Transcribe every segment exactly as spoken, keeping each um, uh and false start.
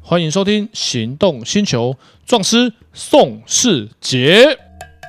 欢迎收听行动星球壮师宋世杰。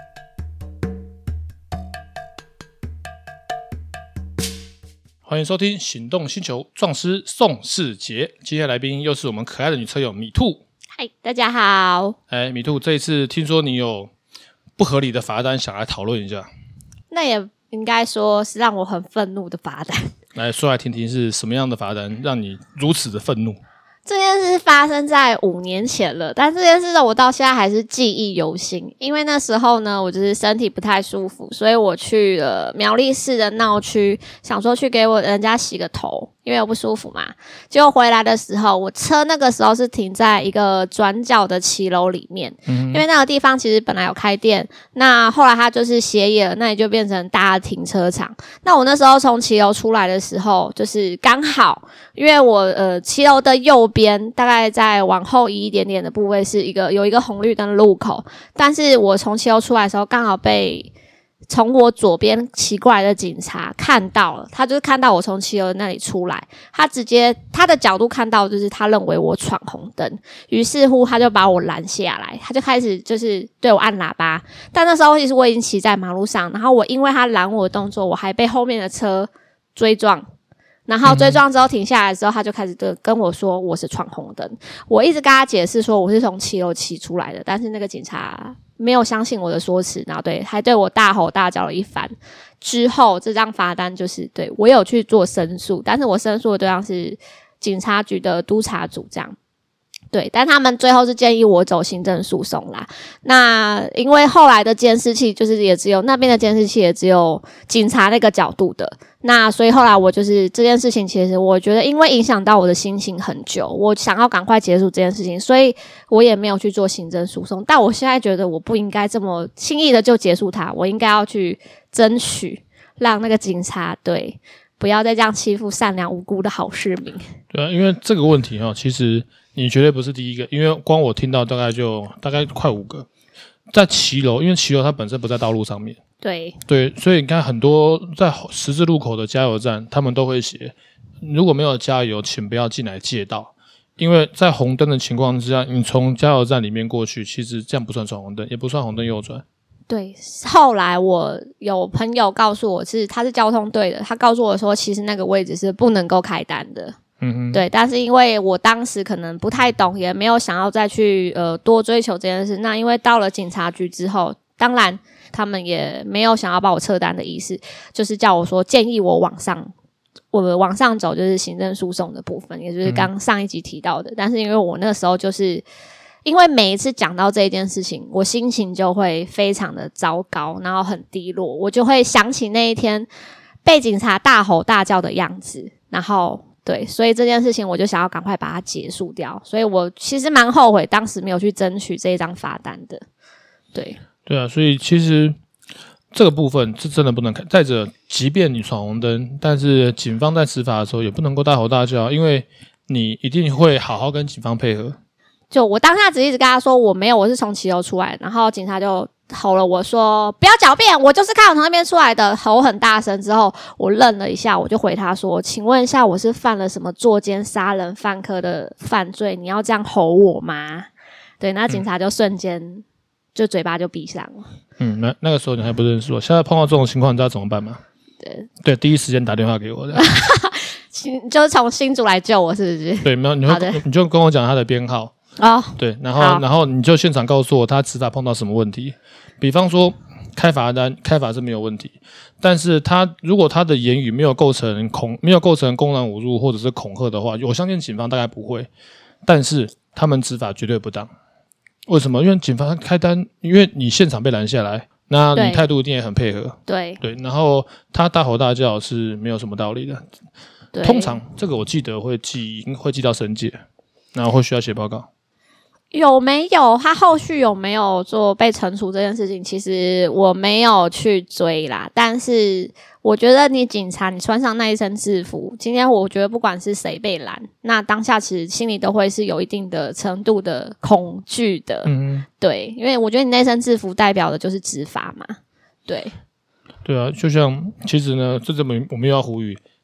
欢迎收听行动星球壮师宋世杰。今天来宾又是我们可爱的女车友米兔。 嗨，大家好。 哎，米兔，这一次听说你有不合理的罚单，想来讨论一下。 那也应该说是让我很愤怒的罚单。 来说来听听，是什么样的罚单让你如此的愤怒？ 这件事发生在五年前了，但这件事我到现在还是记忆犹新。因为那时候呢，我就是身体不太舒服，所以我去了苗栗市的闹区，想说去给我人家洗个头，因为我不舒服嘛。结果回来的时候，我车那个时候是停在一个转角的骑楼里面，嗯、因为那个地方其实本来有开店，那后来它就是歇业了，那也就变成大的停车场。那我那时候从骑楼出来的时候，就是刚好，因为我呃骑楼的右边。边大概再往后移一点点的部位是一个有一个红绿灯路口，但是我从骑楼出来的时候，刚好被从我左边骑过来的警察看到了，他就是看到我从骑楼那里出来，他直接他的角度看到就是他认为我闯红灯，于是乎他就把我拦下来，他就开始就是对我按喇叭，但那时候其实我已经骑在马路上，然后我因为他拦我的动作，我还被后面的车追撞。然后追撞之后停下来之后，他就开始跟我说我是闯红灯。我一直跟他解释说我是从骑楼骑出来的，但是那个警察没有相信我的说辞，然后对还对我大吼大叫了一番。之后这张罚单就是对我有去做申诉，但是我申诉的对象是警察局的督察组这样。对，但他们最后是建议我走行政诉讼啦。那因为后来的监视器就是也只有那边的监视器也只有警察那个角度的，那所以后来我就是这件事情，其实我觉得因为影响到我的心情很久，我想要赶快结束这件事情，所以我也没有去做行政诉讼。但我现在觉得我不应该这么轻易的就结束它，我应该要去争取让那个警察对不要再这样欺负善良无辜的好市民。 对啊，因为这个问题齁，其实你绝对不是第一个，因为光我听到大概就大概快五个，在骑楼，因为骑楼它本身不在道路上面， 对对，所以你看很多在十字路口的加油站，他们都会写，如果没有加油，请不要进来借道，因为在红灯的情况之下，你从加油站里面过去，其实这样不算闯红灯，也不算红灯右转。 对，后来我有朋友告诉我是他是交通队的，他告诉我说其实那个位置是不能够开单的。嗯哼，对，但是因为我当时可能不太懂，也没有想要再去呃多追求这件事。那因为到了警察局之后，当然他们也没有想要把我撤单的意思，就是叫我说建议我往上，我往上走就是行政诉讼的部分，也就是刚上一集提到的。嗯、但是因为我那时候就是因为每一次讲到这一件事情，我心情就会非常的糟糕，然后很低落，我就会想起那一天被警察大吼大叫的样子，然后。对，所以这件事情我就想要赶快把它结束掉，所以我其实蛮后悔当时没有去争取这一张罚单的。对， 对啊，所以其实这个部分是真的不能看。再者，即便你闯红灯，但是警方在执法的时候也不能够大吼大叫，因为你一定会好好跟警方配合。 就我当下只一直跟他说我没有，我是从骑楼出来，然后警察就吼了我说不要狡辩，我就是看我从那边出来的，吼很大声。之后我愣了一下，我就回他说请问一下我是犯了什么作奸杀人犯科的犯罪，你要这样吼我吗？对，那警察就瞬间、嗯、就嘴巴就闭上了。嗯， 那那个时候你还不认识我，现在碰到这种情况你知道怎么办吗？ 对对， 第一时间打电话给我的就是从新竹来救我是不是？ 对，没有，你会你就跟我讲他的编号哦， 对，然后然后你就现场告诉我他执法碰到什么问题，比方说开罚单，开罚是没有问题，但是他如果他的言语没有构成恐，没有构成公然侮辱或者是恐吓的话，我相信警方大概不会，但是他们执法绝对不当。为什么？因为警方开单，因为你现场被拦下来，那你态度一定也很配合， 对对，然后他大吼大叫是没有什么道理的。通常这个我记得会记，会记到申诫，然后会需要写报告。 有没有他后续有没有做被惩处这件事情，其实我没有去追啦，但是我觉得你警察你穿上那一身制服，今天我觉得不管是谁被拦，那当下其实心里都会是有一定的程度的恐惧的。嗯，对，因为我觉得你那身制服代表的就是执法嘛。对对啊，就像其实呢，这这么我们又要呼吁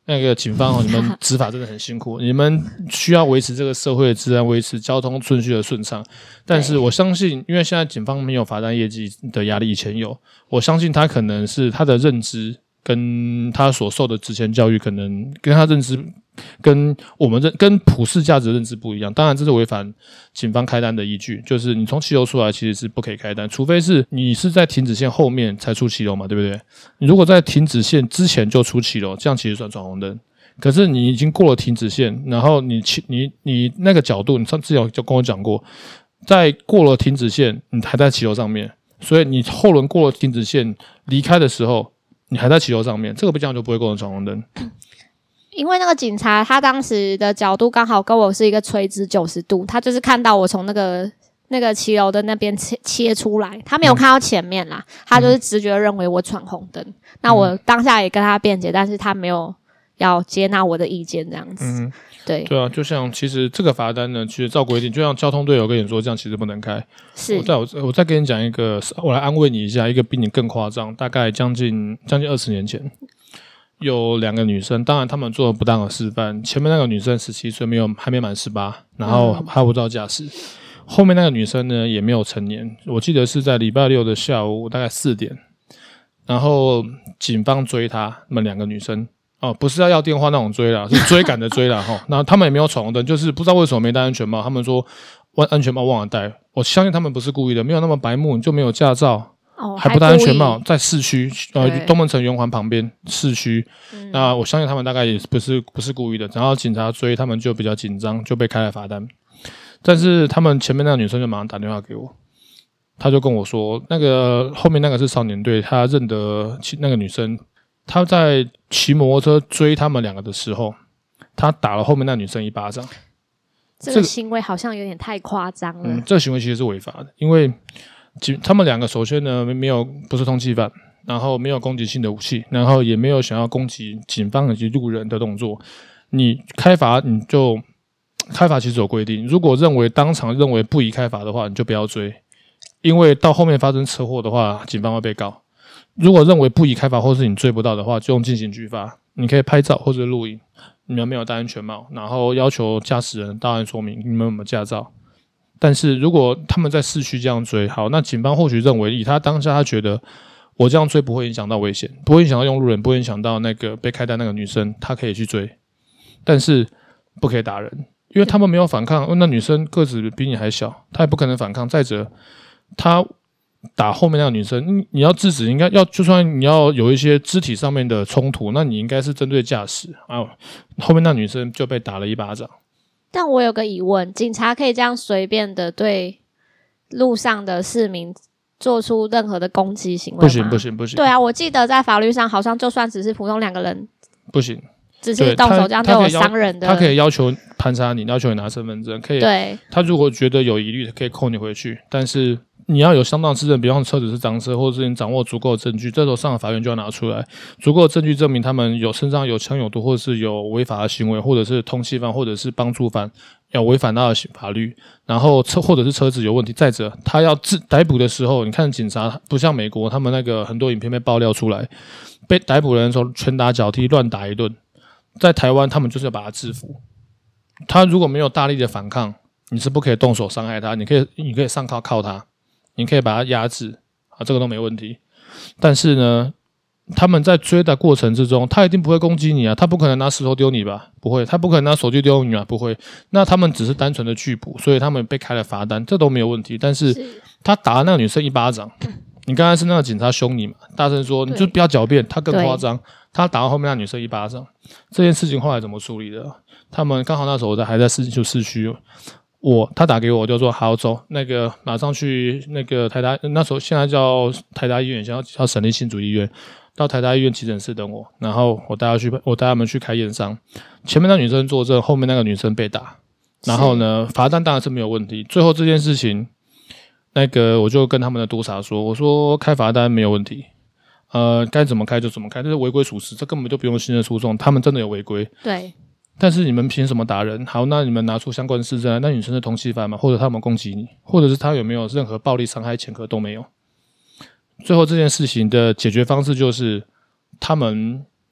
那个警方哦，你们执法真的很辛苦，你们需要维持这个社会的治安，维持交通顺序的顺畅。但是我相信，因为现在警方没有罚单业绩的压力，以前有，我相信他可能是他的认知跟他所受的职前教育，可能跟他认知跟我们认跟普世价值的认知不一样。当然，这是违反警方开单的依据，就是你从骑楼出来其实是不可以开单，除非是你是在停止线后面才出骑楼嘛，对不对？你如果在停止线之前就出骑楼，这样其实算闯红灯。可是你已经过了停止线，然后你你你那个角度，你上之前就跟我讲过，在过了停止线，你还在骑楼上面，所以你后轮过了停止线离开的时候，你还在骑楼上面，这个不这样就不会构成闯红灯。 因为那个警察他当时的角度刚好跟我是一个垂直九十度，他就是看到我从那个那个骑楼的那边切切出来，他没有看到前面啦，嗯、他就是直觉认为我闯红灯。嗯、那我当下也跟他辩解，但是他没有要接纳我的意见，这样子。嗯，对对啊，就像其实这个罚单呢，其实照规定，就像交通队友跟你说，这样其实不能开。 是， 我再我我再跟你讲一个，我来安慰你一下，一个比你更夸张，大概将近将近二十年前。有两个女生，当然她们做了不当的示范。前面那个女生十七岁，没有还没满十八，然后还不知道驾驶。嗯、后面那个女生呢，也没有成年。我记得是在礼拜六的下午大概四点，然后警方追她们两个女生哦，不是要要电话那种追啦，是追赶的追啦哈。那他们也没有闯红灯，就是不知道为什么没戴安全帽。他们说安全帽忘了戴，我相信他们不是故意的，没有那么白目，你就没有驾照。 哦、 还不戴安全帽，在市区，呃，东门城圆环旁边市区、嗯。那我相信他们大概也不是不是故意的，然后警察追他们就比较紧张，就被开了罚单。但是他们前面那个女生就马上打电话给我，她就跟我说，那个后面那个是少年队，她认得那个女生，她在骑摩托车追他们两个的时候，她打了后面那女生一巴掌。 这个行为好像有点太夸张了。 嗯，这个行为其实是违法的，因为。他们两个首先呢没有不是通缉犯，然后没有攻击性的武器，然后也没有想要攻击警方以及路人的动作。你开罚你就开罚其实有规定，如果认为当场认为不宜开罚的话，你就不要追，因为到后面发生车祸的话，警方会被告。如果认为不宜开罚或是你追不到的话，就用进行举发。你可以拍照或者录影，你们没有戴安全帽，然后要求驾驶人到案说明你们有没有驾照。但是如果他们在市区这样追，好，那警方或许认为以他当下他觉得我这样追不会影响到危险，不会影响到用路人，不会影响到那个被开单那个女生，他可以去追，但是不可以打人，因为他们没有反抗，那女生个子比你还小，她也不可能反抗。再者，他打后面那个女生，你要制止，应该要就算你要有一些肢体上面的冲突，那你应该是针对驾驶啊。后面那女生就被打了一巴掌。 但我有个疑问，警察可以这样随便的对路上的市民做出任何的攻击行为吗？ 不行不行不行。 对啊，我记得在法律上好像就算只是普通两个人不行， 只是动手这样对我伤人的， 他可以要求盘查你，要求你拿身份证，可以。 对， 他如果觉得有疑虑，可以扣你回去，但是你要有相当的自证，比方车子是赃车，或者是你掌握足够的证据，这时候上了法院就要拿出来，足够的证据证明他们有身上有枪有毒，或者是有违法的行为，或者是通缉犯，或者是帮助犯，要违反到的法律，然后车或者是车子有问题。再者，他要自逮捕的时候，你看警察不像美国，他们那个很多影片被爆料出来，被逮捕的人说拳打脚踢乱打一顿，在台湾他们就是要把他制服，他如果没有大力的反抗，你是不可以动手伤害他，你可以你可以上铐铐他，你可以把他压制啊，这个都没问题。但是呢，他们在追的过程之中，他一定不会攻击你啊，他不可能拿石头丢你吧？不会，他不可能拿手机丢你啊，不会。那他们只是单纯的拒捕，所以他们被开了罚单，这都没有问题。但是他打了那个女生一巴掌，你刚才是那个警察凶你嘛，大声说你就不要狡辩，他更夸张，他打到后面那女生一巴掌，这件事情后来怎么处理的？他们刚好那时候我在还在市就市区。我他打给我，我就说好走，那个马上去那个台大，那时候现在叫台大医院，现在叫省立新竹医院，到台大医院急诊室等我，然后我带他去，我带他们去开验伤。前面那女生作证，后面那个女生被打，然后呢，罚单当然是没有问题。最后这件事情，那个我就跟他们的督察说，我说开罚单没有问题，呃，该怎么开就怎么开，这是违规属实，这根本就不用行政诉讼，他们真的有违规。 对。 但是你们凭什么打人？好，那你们拿出相关的事证，那女生是通缉犯吗？或者他们攻击你，或者是他有没有任何暴力伤害前科都没有。最后这件事情的解决方式就是，他们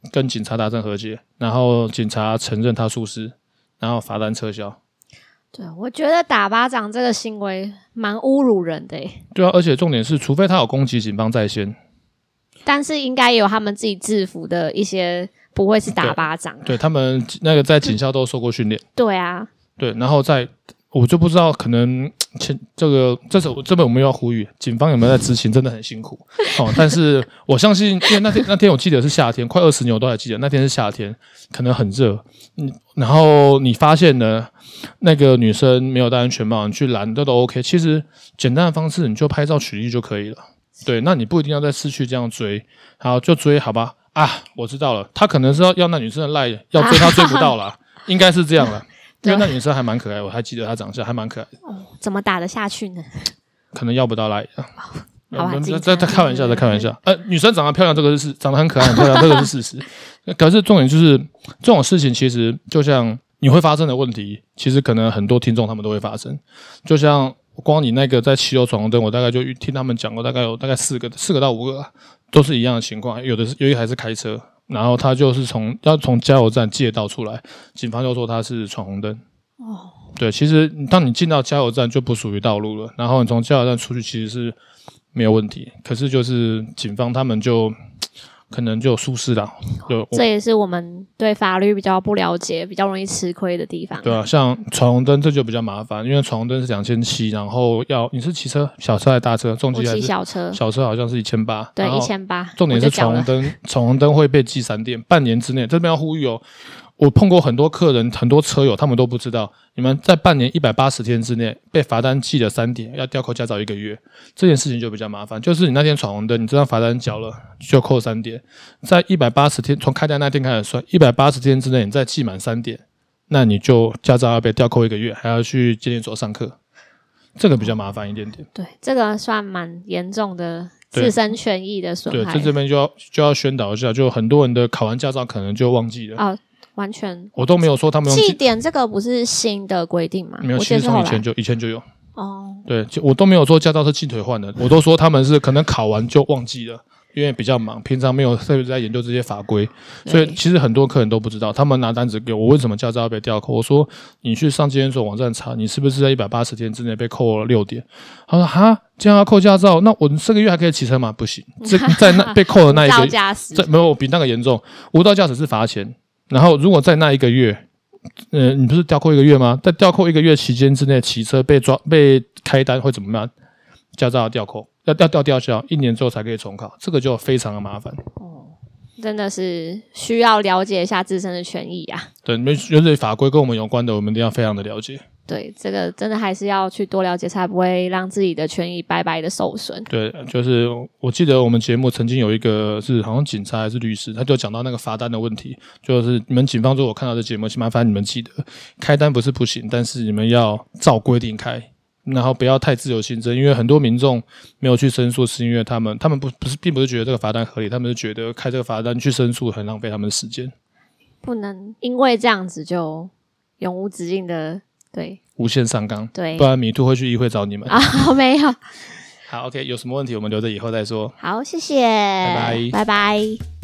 跟警察达成和解，然后警察承认他疏失，然后罚单撤销。 对，我觉得打巴掌这个行为蛮侮辱人的耶。 对啊，而且重点是，除非他有攻击警方在先， 但是应该也有他们自己制服的一些，不会是打巴掌、啊对。对，他们那个在警校都受过训练。 对啊， 对，然后在我就不知道，可能前这个这是这边我们又要呼吁，警方有没有在执勤，真的很辛苦哦。但是我相信，因为那天那天我记得是夏天，快二十年我都还记得，那天是夏天，可能很热，嗯，然后你发现呢，那个女生没有戴安全帽，你去拦这都 OK。其实简单的方式，你就拍照取缔就可以了。对，那你不一定要在市区这样追，好就追好吧。啊，我知道了，他可能是要要那女生的赖，要追他追不到啦，应该是这样了。因为那女生还蛮可爱的，我还记得她长相还蛮可爱的。 哦，怎么打得下去呢？ 可能要不到赖啊。 好吧， 在在开玩笑，在开玩笑。呃，女生长得漂亮，这个是长得很可爱、很漂亮，这个是事实。可是重点就是这种事情，其实就像你会发生的问题，其实可能很多听众他们都会发生。就像光你那个在骑楼闯红灯，我大概就听他们讲过，大概有大概四个、四个到五个、啊，都是一样的情况。有的是有一台是开车。然后他就是从要从加油站借道出来，警方就说他是闯红灯。哦，对，其实当你进到加油站就不属于道路了，然后你从加油站出去其实是没有问题。可是就是警方他们就可能就疏失了，就这也是我们对法律比较不了解、比较容易吃亏的地方。 对啊，像闯红灯这就比较麻烦，因为闯红灯是两千七，然后要你是骑车、小车还是大车？重机还是小车？ 小车好像是一千八， 对，一千八。 重点是闯红灯，闯红灯会被记三点，半年之内。这边要呼吁哦，我碰过很多客人、很多车友，他们都不知道，你们在半年一百八十天之内被罚单记了三点，要吊扣驾照一个月，这件事情就比较麻烦。就是你那天闯红灯，你这张罚单缴了就扣三点，在一百八十天从开单那天开始算，一百八十天之内你再记满三点，那你就驾照要被吊扣一个月，还要去监理所上课，这个比较麻烦一点点。 对，这个算蛮严重的。自身权益的损害。 对，在这边就要就要宣导一下，就很多人的考完驾照可能就忘记了。 哦，完全。 我都没有说他们用记点这个不是新的规定吗？ 没有，其实从以前就以前就有。 哦， 对，我都没有说驾照是进腿换的，我都说他们是可能考完就忘记了。因为比较忙，平常没有特别在研究这些法规，所以其实很多客人都不知道。他们拿单子给我，为什么驾照要被吊扣？我说你去上监所网站查，你是不是在一百八十天之内被扣了六点？他说哈，这样要扣驾照，那我这个月还可以骑车吗？不行，这在那被扣的那一个无照驾驶， 没有比那个严重。无照驾驶是罚钱，然后如果在那一个月，呃，你不是吊扣一个月吗？在吊扣一个月期间之内骑车被抓被开单会怎么办？驾照要吊扣。要要吊吊销，一年之后才可以重考，这个就非常的麻烦。 哦，真的是需要了解一下自身的权益啊。 对，尤其法规跟我们有关的，我们一定要非常的了解。 对，这个真的还是要去多了解，才不会让自己的权益白白的受损。 对，就是我记得我们节目曾经有一个是好像警察还是律师，他就讲到那个罚单的问题，就是你们警方如果看到的节目，麻烦你们记得，开单不是不行，但是你们要照规定开。然后不要太自由心证，因为很多民众没有去申诉，是因为他们他们不不是并不是觉得这个罚单合理，他们是觉得开这个罚单去申诉很浪费他们的时间。 不能因为这样子就永无止境的对无限上纲， 对， 不然米兔会去议会找你们啊。没有。 好 ，OK， 有什么问题我们留着以后再说。 好，谢谢， 拜拜， 拜拜。